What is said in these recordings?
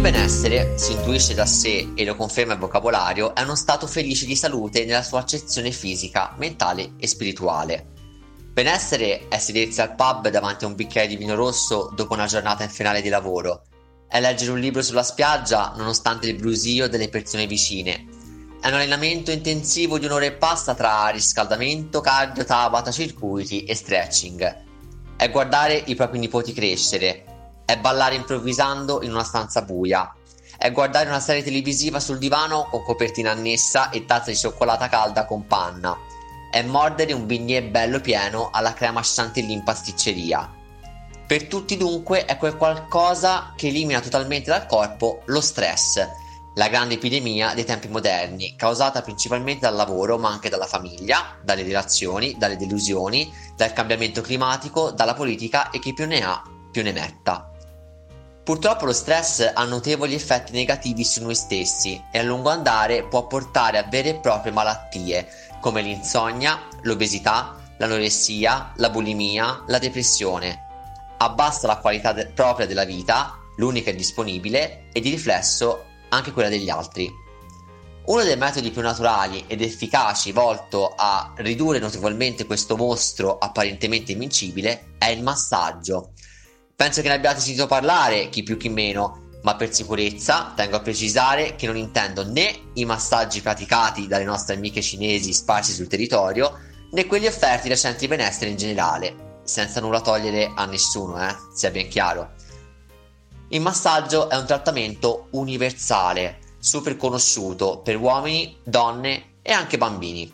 benessere, si intuisce da sé e lo conferma il vocabolario, è uno stato felice di salute nella sua accezione fisica, mentale e spirituale. Benessere è sedersi al pub davanti a un bicchiere di vino rosso dopo una giornata infernale di lavoro. È leggere un libro sulla spiaggia nonostante il brusio delle persone vicine. È un allenamento intensivo di un'ora e passa tra riscaldamento, cardio, tabata, circuiti e stretching. È guardare i propri nipoti crescere. È ballare improvvisando in una stanza buia. È guardare una serie televisiva sul divano con copertina annessa e tazza di cioccolata calda con panna. È mordere un bignè bello pieno alla crema chantilly in pasticceria. Per tutti dunque è quel qualcosa che elimina totalmente dal corpo lo stress, la grande epidemia dei tempi moderni, causata principalmente dal lavoro ma anche dalla famiglia, dalle relazioni, dalle delusioni, dal cambiamento climatico, dalla politica e chi più ne ha più ne metta. Purtroppo lo stress ha notevoli effetti negativi su noi stessi e a lungo andare può portare a vere e proprie malattie come l'insonnia, l'obesità, l'anoressia, la bulimia, la depressione. Abbassa la qualità propria della vita, l'unica e disponibile, e di riflesso anche quella degli altri. Uno dei metodi più naturali ed efficaci volto a ridurre notevolmente questo mostro apparentemente invincibile è il massaggio. Penso che ne abbiate sentito parlare, chi più chi meno, ma per sicurezza tengo a precisare che non intendo né i massaggi praticati dalle nostre amiche cinesi sparsi sul territorio, né quelli offerti dai centri benessere in generale, senza nulla togliere a nessuno, sia ben chiaro. Il massaggio è un trattamento universale, super conosciuto per uomini, donne e anche bambini.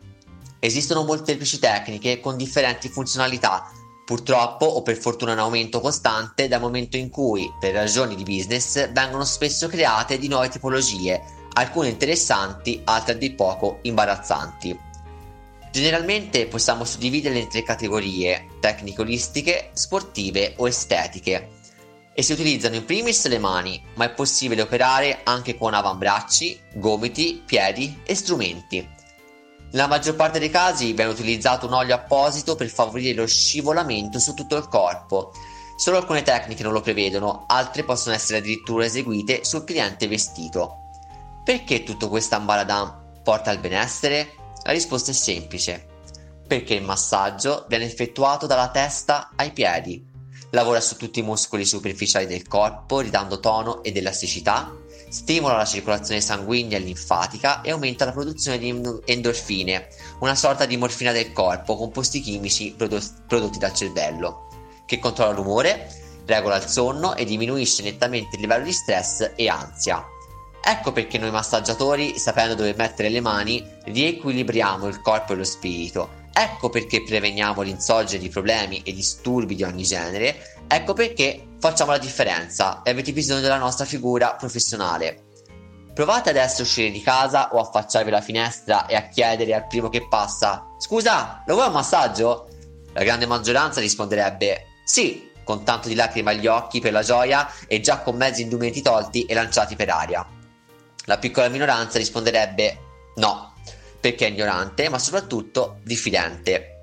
Esistono molteplici tecniche con differenti funzionalità, purtroppo o per fortuna in aumento costante dal momento in cui, per ragioni di business, vengono spesso create di nuove tipologie, alcune interessanti, altre a dir poco imbarazzanti. Generalmente possiamo suddividerle in tre categorie: tecniche olistiche, sportive o estetiche, e si utilizzano in primis le mani, ma è possibile operare anche con avambracci, gomiti, piedi e strumenti. Nella maggior parte dei casi viene utilizzato un olio apposito per favorire lo scivolamento su tutto il corpo. Solo alcune tecniche non lo prevedono, altre possono essere addirittura eseguite sul cliente vestito. Perché tutto questo ambaradan porta al benessere? La risposta è semplice: perché il massaggio viene effettuato dalla testa ai piedi. Lavora su tutti i muscoli superficiali del corpo, ridando tono ed elasticità, stimola la circolazione sanguigna e linfatica e aumenta la produzione di endorfine, una sorta di morfina del corpo, composti chimici prodotti dal cervello, che controlla l'umore, regola il sonno e diminuisce nettamente il livello di stress e ansia. Ecco perché noi massaggiatori, sapendo dove mettere le mani, riequilibriamo il corpo e lo spirito. Ecco perché preveniamo l'insorgere di problemi e disturbi di ogni genere. Ecco perché facciamo la differenza e avete bisogno della nostra figura professionale. Provate adesso a uscire di casa o affacciarvi alla finestra e a chiedere al primo che passa: scusa, lo vuoi un massaggio? La grande maggioranza risponderebbe sì, con tanto di lacrime agli occhi per la gioia e già con mezzi indumenti tolti e lanciati per aria. La piccola minoranza risponderebbe no, perché è ignorante, ma soprattutto diffidente.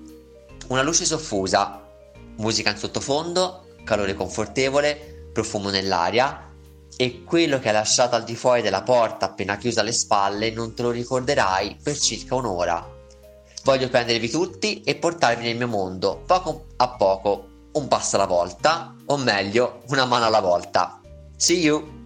Una luce soffusa, musica in sottofondo, calore confortevole, profumo nell'aria, e quello che hai lasciato al di fuori della porta appena chiusa alle spalle non te lo ricorderai per circa un'ora. Voglio prendervi tutti e portarvi nel mio mondo, poco a poco, un passo alla volta, o meglio, una mano alla volta. See you!